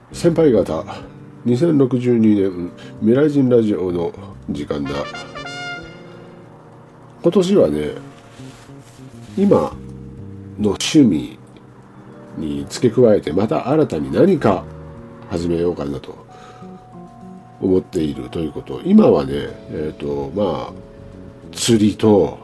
先輩方、2062年未来人ラジオの時間だ。今年はね、今の趣味に付け加えてまた新たに何か始めようかなと思っているということ。今はね、まあ釣りと、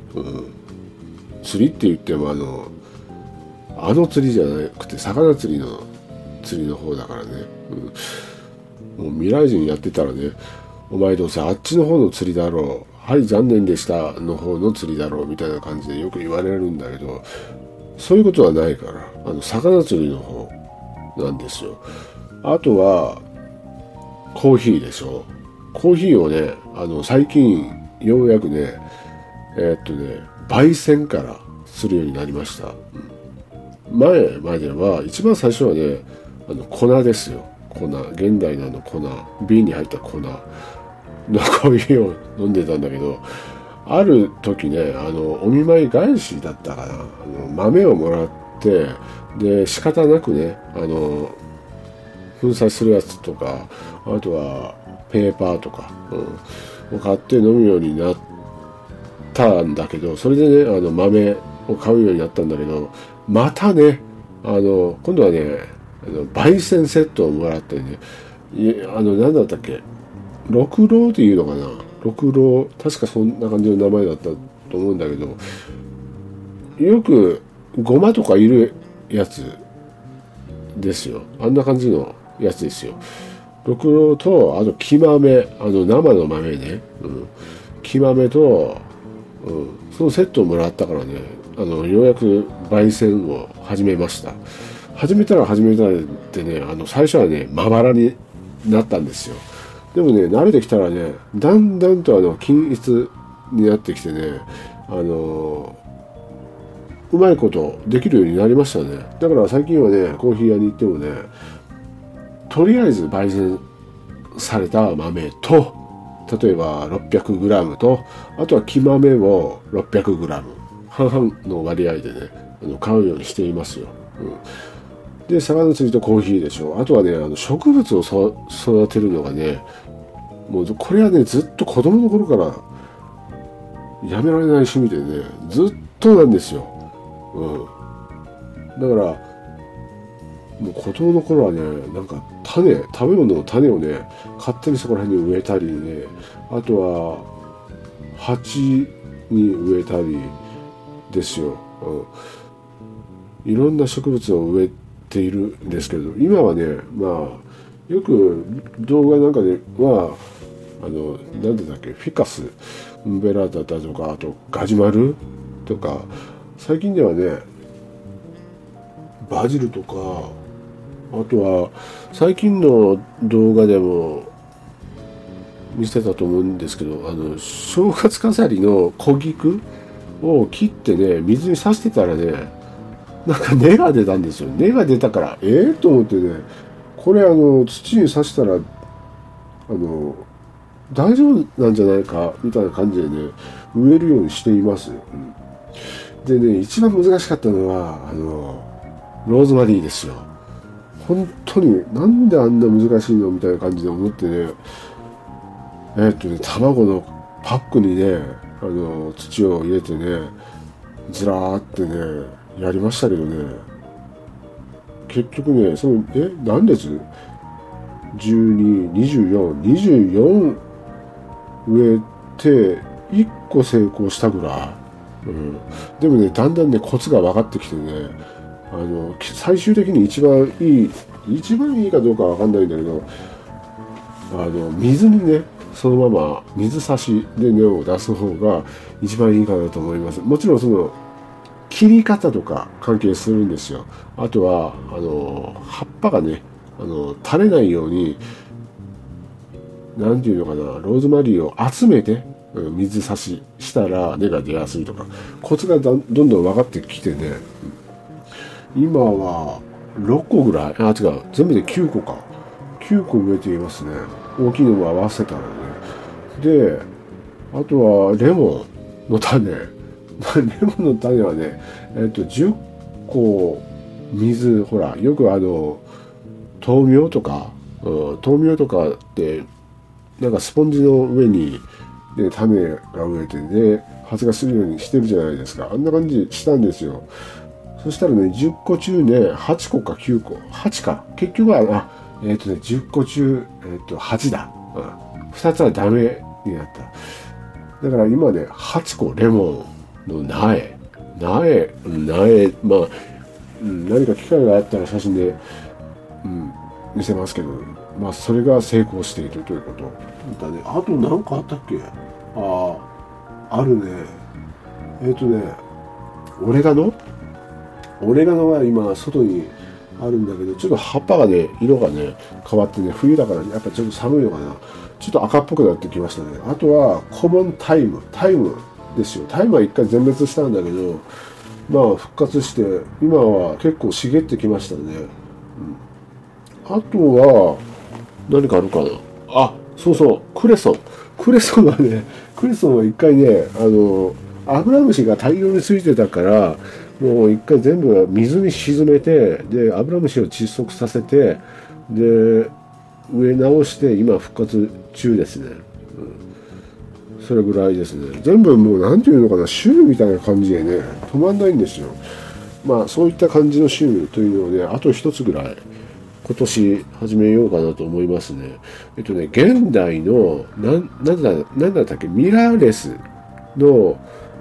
釣りって言ってもあの釣りじゃなくて魚釣りの方だからね、もう未来人やってたらね、お前どうせあっちの方の釣りだろう、はい残念でしたの方の釣りだろうみたいな感じでよく言われるんだけど、そういうことはないから、魚釣りの方なんですよ。あとはコーヒーでしょ。コーヒーをね、最近ようやくね、焙煎からするようになりました。前までは一番最初はね、粉ですよ。粉、現代の粉、瓶に入った粉のコーヒーを飲んでたんだけど、ある時ね、お見舞い返しだったかな、豆をもらって、で仕方なくね、粉砕するやつとか、あとはペーパーとか、を買って飲むようになったんだけど、それでね、豆を買うようになったんだけど、またね、今度はね、焙煎セットをもらってね、何だったっけ、六郎っていうのかな、六郎、確かそんな感じの名前だったと思うんだけど、よくごまとかいるやつですよ。あんな感じのやつですよ。六郎と、あと木豆、生の豆ね、木豆と、そのセットをもらったからね、ようやく焙煎を始めました。始めたらってね、最初はね、まばらになったんですよ。でもね、慣れてきたらね、だんだんと均一になってきてね、うまいことできるようになりましたね。だから最近はね、コーヒー屋に行ってもね、とりあえず焙煎された豆と、例えば 600g と、あとは木豆を 600g、半々の割合でね、買うようにしていますよ。で、魚釣りとコーヒーでしょ。あとはね、植物を育てるのがね、もうこれはね、ずっと子供の頃からやめられない趣味でね、ずっとなんですよ。だからもう子供の頃はね、なんか食べ物の種をね、勝手にそこら辺に植えたりね、あとは鉢に植えたりですよ。いろんな植物を植えているんですけど、今はね、まあよく動画なんかではなんでだっけ、フィカス、ウンベラタだとか、あとガジュマルとか、最近ではね、バジルとか、あとは最近の動画でも見せたと思うんですけど、正月飾りの小菊を切ってね、水に刺してたらね、なんか根が出たんですよ。根が出たからと思ってね、これ土に刺したら大丈夫なんじゃないかみたいな感じでね、植えるようにしています。でね、一番難しかったのはローズマリーですよ。本当になんであんな難しいのみたいな感じで思ってね、卵のパックにね、土を入れてね、ずらーってねやりましたけどね、結局ね、何列12、24植えて1個成功したぐらい、でもね、だんだんねコツが分かってきてね、最終的に一番いいかどうかわかんないんだけど、水にね、そのまま水差しで根を出す方が一番いいかなと思います。もちろんその切り方とか関係するんですよ。あとは葉っぱがね、垂れないように、なんていうのかな、ローズマリーを集めて水差ししたら根が出やすいとか、コツがどんどん分かってきてね、今は6個ぐらい、全部で9個か。9個植えていますね。大きいのも合わせたらね。で、あとはレモンの種。レモンの種はね、10個水、ほら、よく豆苗とか、豆苗とかってなんかスポンジの上に、ね、種が植えてで発芽するようにしてるじゃないですか。あんな感じしたんですよ。そしたらね、10個中ね、8個か9個、8か。結局は、10個中、8だ。2つはダメになった。だから今ね、8個レモンの苗、まあ、何か機会があったら写真で、見せますけど、まあ、それが成功しているということだね。あと何かあったっけ？あるね。オレガノは今外にあるんだけど、ちょっと葉っぱがね、色がね、変わってね、冬だからやっぱちょっと寒いのかな。ちょっと赤っぽくなってきましたね。あとはコモンタイムですよ。タイムは一回全滅したんだけど、まあ復活して、今は結構茂ってきましたね。あとは、何かあるかな。そうそう、クレソンは一回ね、アブラムシが大量についてたから、もう一回全部水に沈めて、で、アブラムシを窒息させて、で、植え直して、今復活中ですね。それぐらいですね。全部もう、なんていうのかな、種みたいな感じでね、止まんないんですよ。まあ、そういった感じの種というのをね、あと一つぐらい、今年始めようかなと思いますね。現代の、なんだったっけ、ミラーレスの、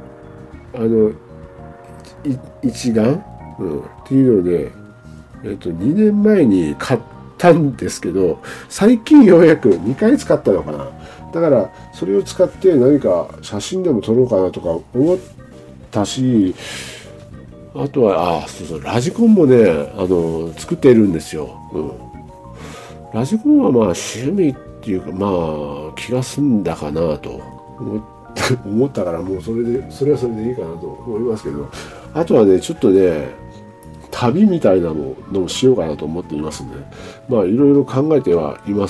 一眼、っていうのをね、2年前に買ったんですけど、最近ようやく2回使ったのかな。だから、それを使って何か写真でも撮ろうかなとか思ったし、あとは、そう、ラジコンもね、作っているんですよ。ラジコンはまあ趣味っていうか、まあ気が済んだかなと思ったから、もうそれはそれでいいかなと思いますけど、あとはね、ちょっとね、旅みたいなのをしようかなと思っていますね。まあいろいろ考えてはいます。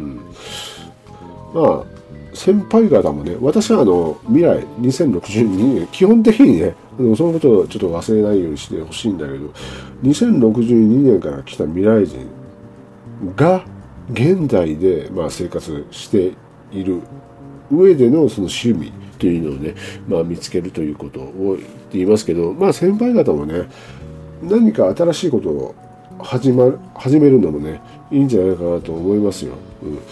まあ先輩方もね、私は未来2062年、基本的にね、そのことをちょっと忘れないようにしてほしいんだけど、2062年から来た未来人が現代でまあ生活している上でのその趣味というのをね、まあ見つけるということを言っていますけど、まあ先輩方もね、何か新しいことを始めるのもね、いいんじゃないかなと思いますよ。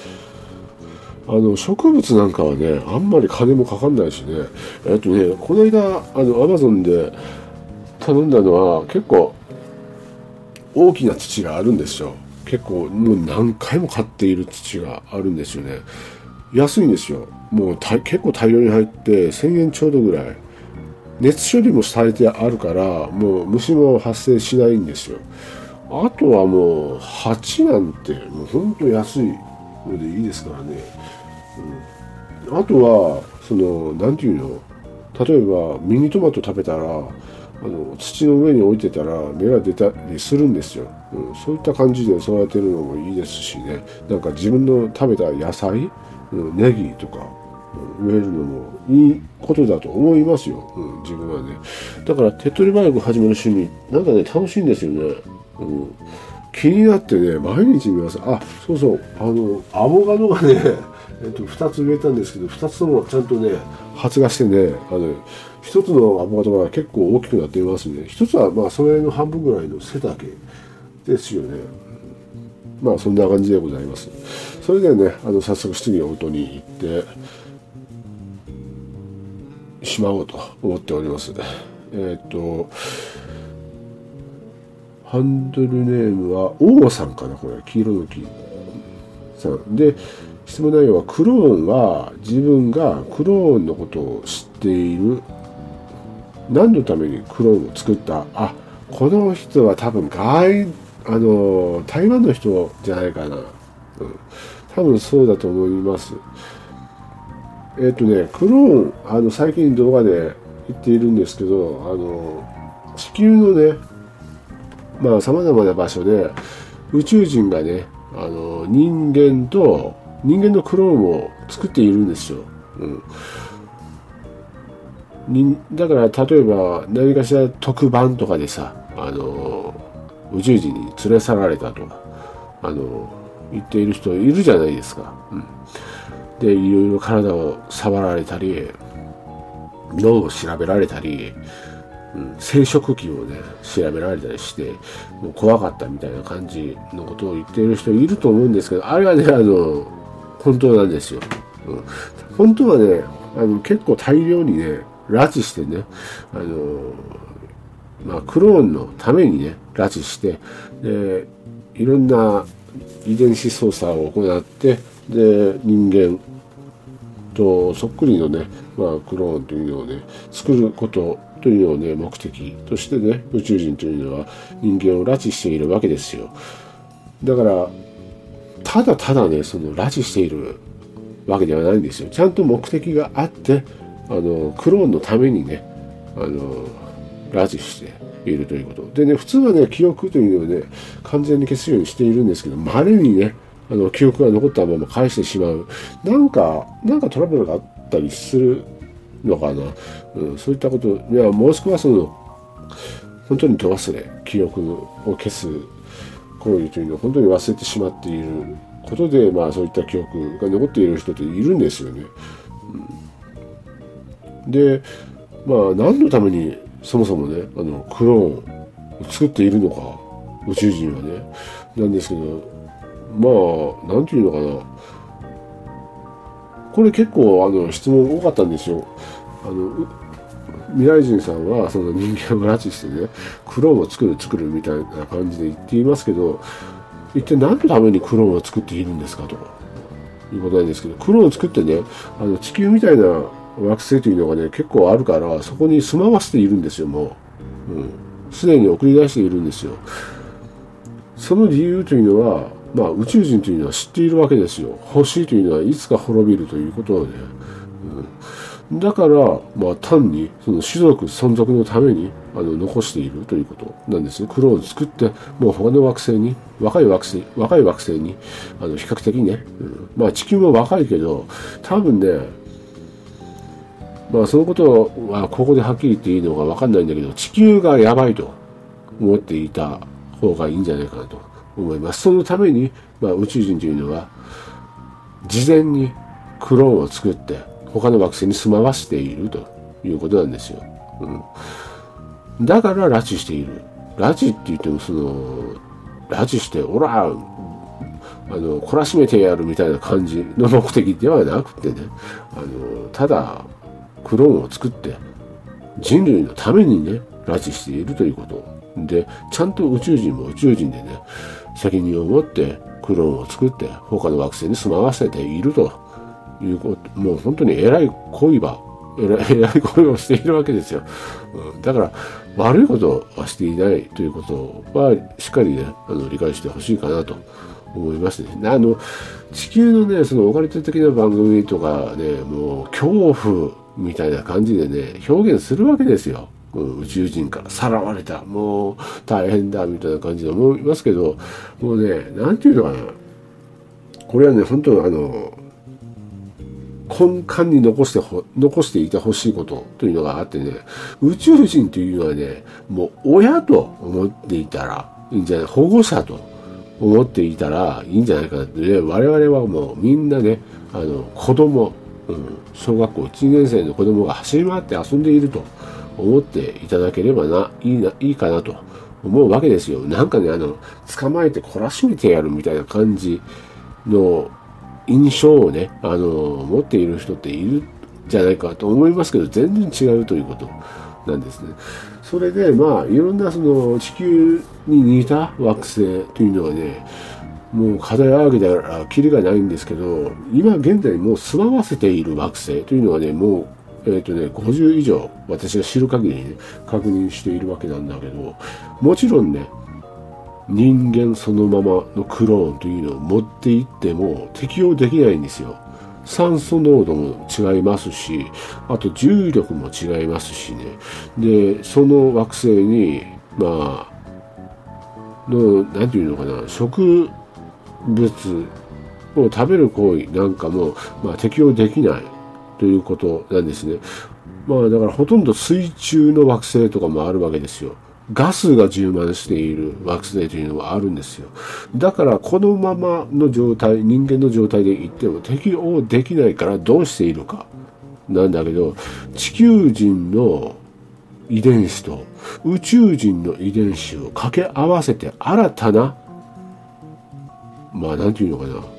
植物なんかはね、あんまり金もかかんないしね。この間、アマゾンで頼んだのは、結構、大きな土があるんですよ。結構、もう何回も買っている土があるんですよね。安いんですよ。もう結構大量に入って、1000円ちょうどぐらい。熱処理もされてあるから、もう虫も発生しないんですよ。あとはもう、鉢なんて、もうほんと安いのでいいですからね。あとはなんていうの、例えばミニトマト食べたら土の上に置いてたら芽が出たりするんですよ。そういった感じで育てるのもいいですしね。なんか自分の食べた野菜、ネギとか、植えるのもいいことだと思いますよ。自分はね。だから手っ取り早く始める趣味なんかね、楽しいんですよね。気になってね、毎日見ます。そうそう、アボカドがね2つ植えたんですけど、2つともちゃんとね発芽してね、1つのアボカドが結構大きくなっていますね。1つはまあそれの半分ぐらいの背丈ですよね。まあそんな感じでございます。それでね、早速質疑応答に行ってしまおうと思っております。ハンドルネームは王さんかな、これ黄色の木さんで、質問内容は、クローンは自分がクローンのことを知っている。何のためにクローンを作った？この人は多分台湾の人じゃないかな。多分そうだと思います。クローン、最近動画で言っているんですけど、地球のね、まあ様々な場所で宇宙人がね、人間のクローンを作っているんですよ。だから例えば何かしら特番とかでさ、宇宙人に連れ去られたとか、 言っている人いるじゃないですか。で、いろいろ体を触られたり、脳を調べられたり、生殖器をね、調べられたりして、もう怖かったみたいな感じのことを言っている人いると思うんですけど、あれはね、本当なんですよ。本当はね、結構大量にね、拉致してね、クローンのためにね、拉致して、で、いろんな遺伝子操作を行って、で、人間とそっくりのね、クローンというのをね、作ることというのをね、目的としてね、宇宙人というのは人間を拉致しているわけですよ。だから、ただただね、その拉致しているわけではないんですよ。ちゃんと目的があって、クローンのためにね、拉致しているということ。でね、普通はね、記憶というのをね、完全に消すようにしているんですけど、稀にね、記憶が残ったまま返してしまう。なんかトラブルがあったりするのかな。そういったこと、いや、もしくは本当にど忘れ、記憶を消す行為というのを本当に忘れてしまっていることで、そういった記憶が残っている人っているんですよね。で、何のためにそもそもね、クローンを作っているのか、宇宙人はね、なんですけど、なんていうのかな。これ結構質問多かったんですよ。未来人さんはその人間を拉致してね、クローンを作るみたいな感じで言っていますけど、一体何のためにクローンを作っているんですかということなんですけど、クローンを作ってね、地球みたいな惑星というのがね、結構あるから、そこに住まわせているんですよ、もう。すでに送り出しているんですよ。その理由というのは、宇宙人というのは知っているわけですよ。星というのはいつか滅びるということをね。だから、単にその種族存続のために残しているということなんですね。クローンを作って、もう他の惑星に、若い惑星に、比較的ね、地球も若いけど、多分ね、そのことはここではっきり言っていいのかわかんないんだけど、地球がやばいと思っていた方がいいんじゃないかなと思います。そのために、宇宙人というのは、事前にクローンを作って、他の惑星に住まわせているということなんですよ。だから拉致している。拉致って言っても拉致して、おら、懲らしめてやるみたいな感じの目的ではなくてね、ただ、クローンを作って、人類のためにね、拉致しているということ。で、ちゃんと宇宙人も宇宙人でね、責任を持ってクローンを作って、他の惑星に住まわせていると。いうこと、もう本当に偉い行為をしているわけですよ。だから悪いことはしていないということはしっかりね理解してほしいかなと思いますね。地球のねそのオカルト的な番組とかねもう恐怖みたいな感じでね表現するわけですよ。宇宙人からさらわれた、もう大変だみたいな感じで思いますけど、もうねなんていうのかな、これはね本当根幹に残していてほしいことというのがあってね、宇宙人というのはね、もう親と思っていたらいいんじゃない、保護者と思っていたらいいんじゃないかなってね、我々はもうみんなね、子供、小学校1年生の子供が走り回って遊んでいると思っていただければいいかなと思うわけですよ。なんかね、捕まえて懲らしめてやるみたいな感じの印象をね、持っている人っているんじゃないかと思いますけど、全然違うということなんですね。それで、いろんなその地球に似た惑星というのはね、もう課題あげたらキリがないんですけど、今現在もう住まわせている惑星というのはね、もう、50以上私が知る限りね、確認しているわけなんだけど、もちろんね、人間そのままのクローンというのを持っていっても適用できないんですよ。酸素濃度も違いますし、あと重力も違いますしね。で、その惑星に、なんていうのかな、植物を食べる行為なんかも、適用できないということなんですね。だからほとんど水中の惑星とかもあるわけですよ。 ガスが充満している惑星というのはあるんですよ。だからこのままの状態、人間の状態でいっても適応できないからどうしているかなんだけど、地球人の遺伝子と宇宙人の遺伝子を掛け合わせて新たな、なんていうのかな、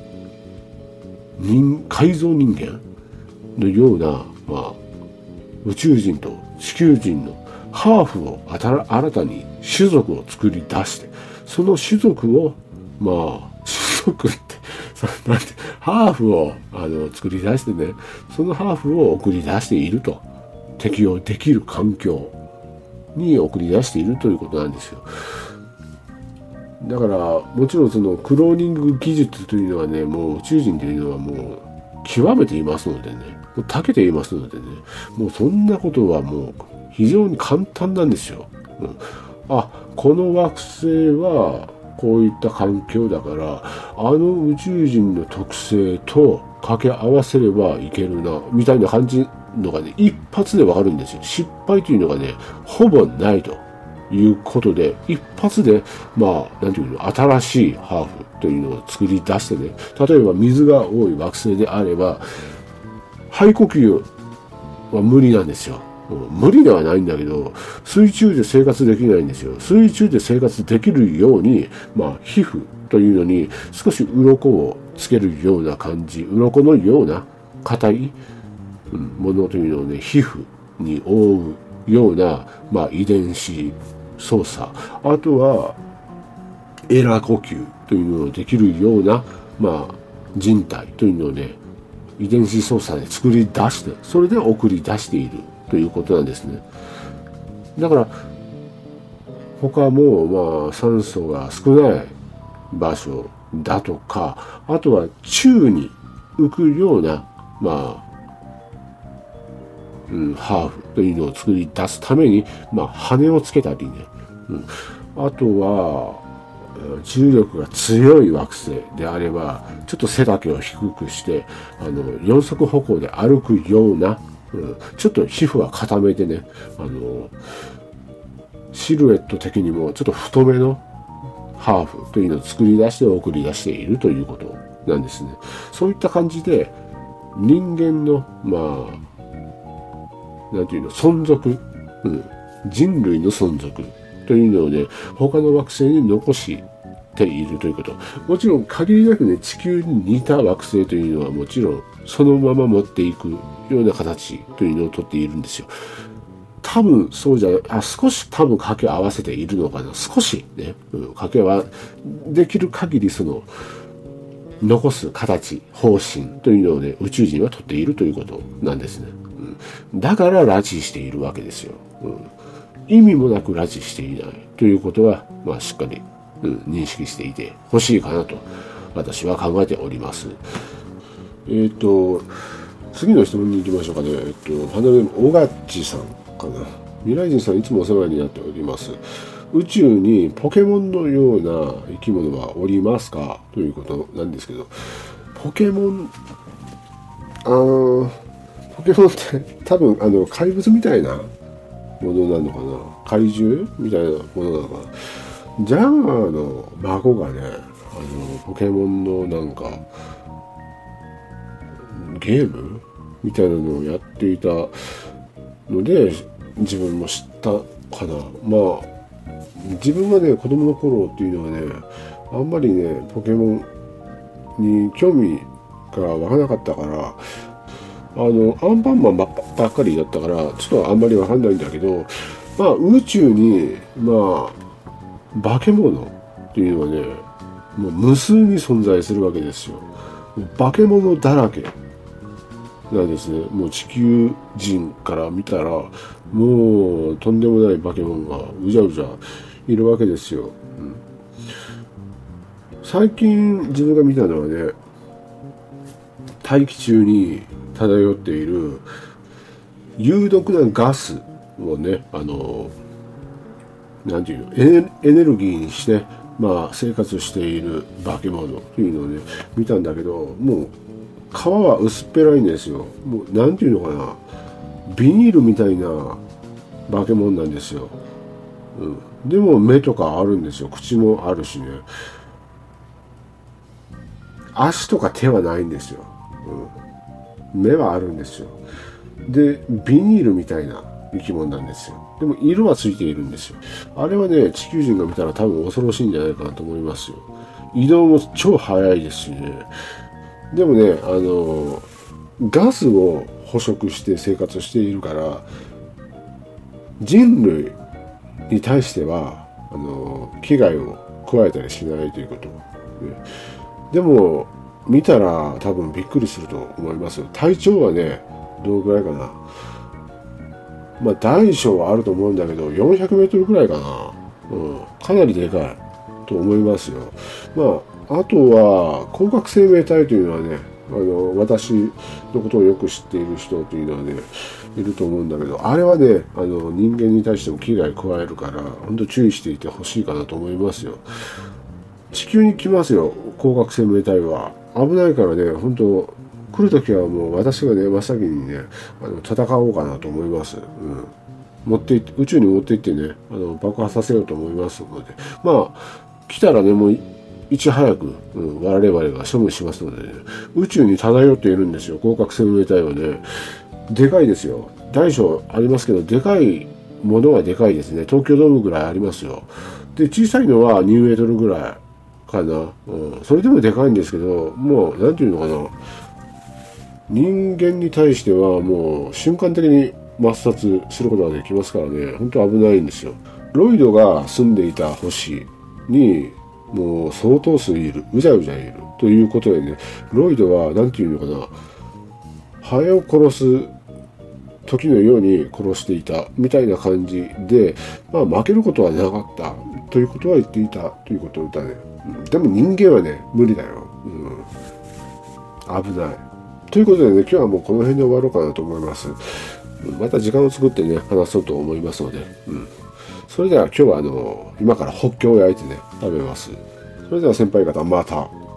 改造人間のような、宇宙人と地球人のハーフを新たに種族を作り出して、その種族を種族ってなんてハーフを作り出してね、そのハーフを送り出していると、適応できる環境に送り出しているということなんですよ。だからもちろんそのクローニング技術というのはね、もう宇宙人というのはもう極めていますのでね、もう長けていますのでね、もうそんなことはもう非常に簡単なんですよ。この惑星はこういった環境だから、宇宙人の特性と掛け合わせればいけるなみたいな感じのがね、一発でわかるんですよ。失敗というのがね、ほぼないということで、一発でなんていうの、新しいハーフというのを作り出してね、例えば水が多い惑星であれば肺呼吸は無理なんですよ。無理ではないんだけど、水中で生活できないんですよ。水中で生活できるように、皮膚というのに少し鱗をつけるような感じ、鱗のような硬いものというのをね、皮膚に覆うような、遺伝子操作、あとはエラー呼吸というのをできるような、人体というのをね、遺伝子操作で作り出して、それで送り出しているということなんですね。だから他も酸素が少ない場所だとか、あとは宙に浮くようなハーフというのを作り出すために、羽をつけたりね、あとは重力が強い惑星であれば、ちょっと背丈を低くして四足歩行で歩くような、ちょっと皮膚は固めてね、シルエット的にもちょっと太めのハーフというのを作り出して送り出しているということなんですね。そういった感じで人間のなんていうの、存続、人類の存続というのをね、他の惑星に残しているということ。もちろん限りなくね、地球に似た惑星というのはもちろんそのまま持っていくような形というのをとっているんですよ。多分そうじゃ少し多分掛け合わせているのかな、少しね、掛けはできる限りその残す形、方針というのをね、宇宙人はとっているということなんですね。だから拉致しているわけですよ。意味もなく拉致していないということは、しっかり、認識していてほしいかなと私は考えております。次の質問に行きましょうかね。ハンドルネームオガッチさんかな。未来人さん、いつもお世話になっております。宇宙にポケモンのような生き物はおりますかということなんですけど、ポケモンって多分怪物みたいなものなのかな、怪獣みたいなものなのかな。ジャガーの孫がね、ポケモンのなんかゲームみたいなのをやっていたので自分も知ったかな。自分がね、子供の頃っていうのはね、あんまりねポケモンに興味が湧かなかったから、アンパンマンばっかりだったからちょっとあんまりわかんないんだけど、宇宙に化け物っていうのはね、もう無数に存在するわけですよ。化け物だらけなんですね。もう地球人から見たらもうとんでもない化け物がうじゃうじゃいるわけですよ。最近自分が見たのはね、大気中に漂っている有毒なガスをね、なんていうの、エネルギーにして、生活している化け物というのをね見たんだけど、もう皮は薄っぺらいんですよ。もうなんていうのかな、ビニールみたいな化け物なんですよ。 でも目とかあるんですよ。口もあるしね。足とか手はないんですよ。目はあるんですよ。で、ビニールみたいな生き物なんですよ。でも色はついているんですよ。あれはね、地球人が見たら多分恐ろしいんじゃないかなと思いますよ。移動も超速いですしね。でもね、ガスを捕食して生活しているから、人類に対しては危害を加えたりしないということ、ね、でも見たら多分びっくりすると思いますよ。体長はねどのくらいかな、まあ大小はあると思うんだけど400メートルくらいかな、かなりでかいと思いますよ。まああとは光学生命体というのはね、私のことをよく知っている人というのはねいると思うんだけど、あれはね人間に対しても危害加えるから本当注意していてほしいかなと思いますよ。地球に来ますよ光学生命体は。危ないからね、本当来るときはもう私がね真っ先にね戦おうかなと思います。持って宇宙に持って行ってね爆破させようと思いますので、まあ来たらねもういち早く、我々が処分しますのでね、宇宙に漂っているんですよ光学生命体はね。でかいですよ。大小ありますけどでかいものはでかいですね。東京ドームぐらいありますよ。で小さいのは2メートルぐらいかな、それでもでかいんですけど、もうなんていうのかな、人間に対してはもう瞬間的に抹殺することができますからね、本当危ないんですよ。ロイドが住んでいた星にもう相当数いる、うじゃうじゃいるということでね、ロイドはなんていうのかな、ハエを殺す時のように殺していたみたいな感じで、まあ負けることはなかったということは言っていたということだね。でも人間はね無理だよ、危ないということでね、今日はもうこの辺で終わろうかなと思います。また時間を作ってね話そうと思いますので、それでは今日は今からホッケを焼いてね食べます。それでは先輩方また。